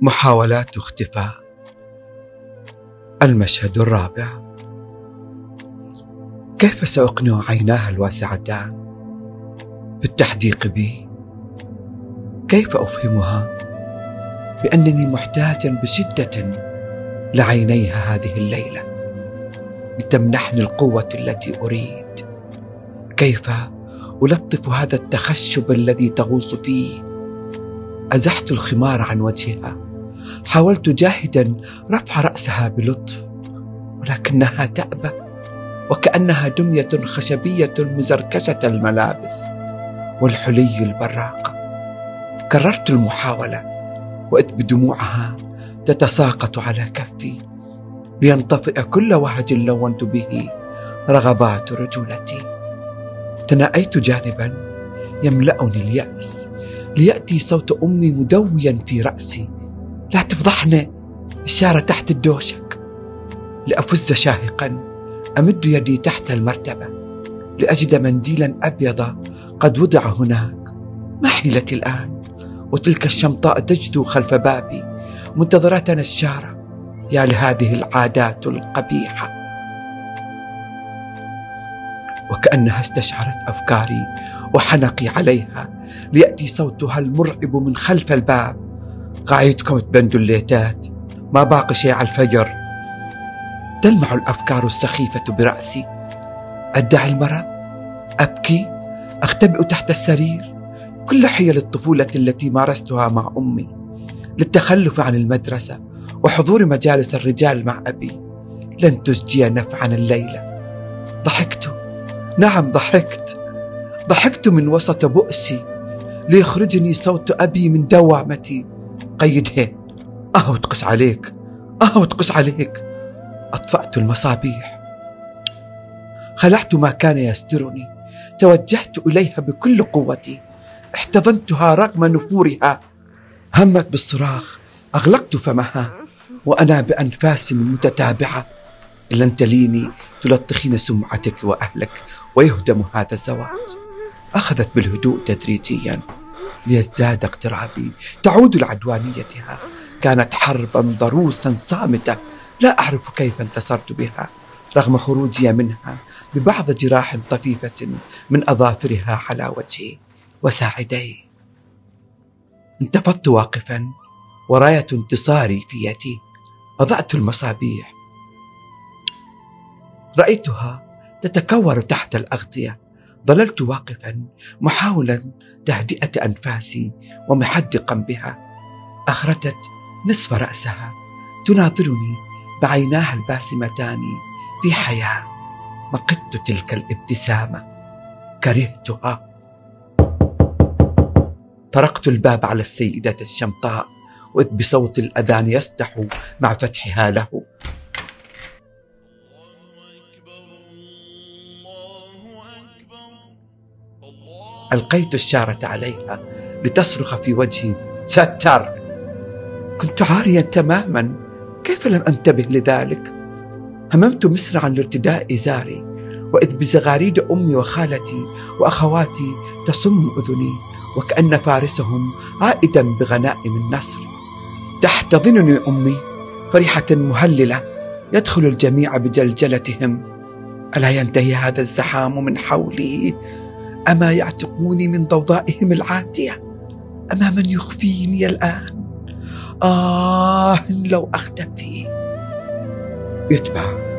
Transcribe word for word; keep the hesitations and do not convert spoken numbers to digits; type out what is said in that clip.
محاولات اختفاء. المشهد الرابع. كيف سأقنع عيناها الواسعتان بالتحديق بي؟ كيف أفهمها بأنني محتاجا بشدة لعينيها هذه الليلة لتمنحني القوة التي أريد؟ كيف ألطف هذا التخشب الذي تغوص فيه؟ أزحت الخمار عن وجهها، حاولت جاهدا رفع رأسها بلطف، ولكنها تأبى وكأنها دمية خشبية مزركشة الملابس والحلي البراق. كررت المحاولة وإذ بدموعها تتساقط على كفي لينطفئ كل وهج لونت به رغبات رجولتي. تناأيت جانبا يملأني اليأس ليأتي صوت أمي مدويا في رأسي: لا تفضحنا، إشارة تحت الدوشك. لأفز شاهقا أمد يدي تحت المرتبة لأجد منديلا أبيض قد وضع هناك. ما حيلتي الآن وتلك الشمطاء تجدو خلف بابي منتظرة نشارة. يا لهذه العادات القبيحة. وكأنها استشعرت أفكاري وحنقي عليها ليأتي صوتها المرعب من خلف الباب: قاعدكم تبندوا الليتات، ما باقي شيء على الفجر. تلمع الأفكار السخيفة برأسي. أدعي المرض، أبكي، أختبئ تحت السرير. كل حيل الطفولة التي مارستها مع أمي للتخلف عن المدرسة وحضور مجالس الرجال مع أبي لن تجدي نفعا الليلة. ضحكت، نعم ضحكت، ضحكت من وسط بؤسي ليخرجني صوت أبي من دوامتي: قيدها، أهو تقص عليك، أهو تقص عليك. أطفأت المصابيح، خلعت ما كان يسترني، توجهت إليها بكل قوتي، احتضنتها رغم نفورها. همت بالصراخ، أغلقت فمها وأنا بأنفاس متتابعة: إن لن تليني تلطخين سمعتك وأهلك ويهدم هذا الزواج. أخذت بالهدوء تدريجيا ليزداد اقترابي، تعود لعدوانيتها. كانت حربا ضروسا صامتة لا أعرف كيف انتصرت بها رغم خروجي منها ببعض جراح طفيفة من أظافرها على وجهي وساعدي. انتفضت واقفا وراية انتصاري في يدي. أضعت المصابيح، رأيتها تتكور تحت الأغطية. ظللت واقفا محاولا تهدئة أنفاسي ومحدقا بها. أخرجت نصف رأسها تناظرني بعيناها الباسمتان في حياة. مقدت تلك الابتسامة، كرهتها. طرقت الباب على السيدة الشمطاء وإذ بصوت الأذان يستح مع فتحها له. ألقيت الشارة عليها لتصرخ في وجهي: ستر! كنت عاريا تماما، كيف لم أنتبه لذلك؟ هممت مسرعا لارتداء إزاري وإذ بزغاريد أمي وخالتي وأخواتي تصم أذني وكأن فارسهم عائدا بغنائم النصر. تحتضنني أمي فرحة مهللة، يدخل الجميع بجلجلتهم: ألا ينتهي هذا الزحام من حولي؟ أما يعتقوني من ضوضائهم العاتية؟ أما من يخفيني الآن؟ آه لو أختفي. يتبع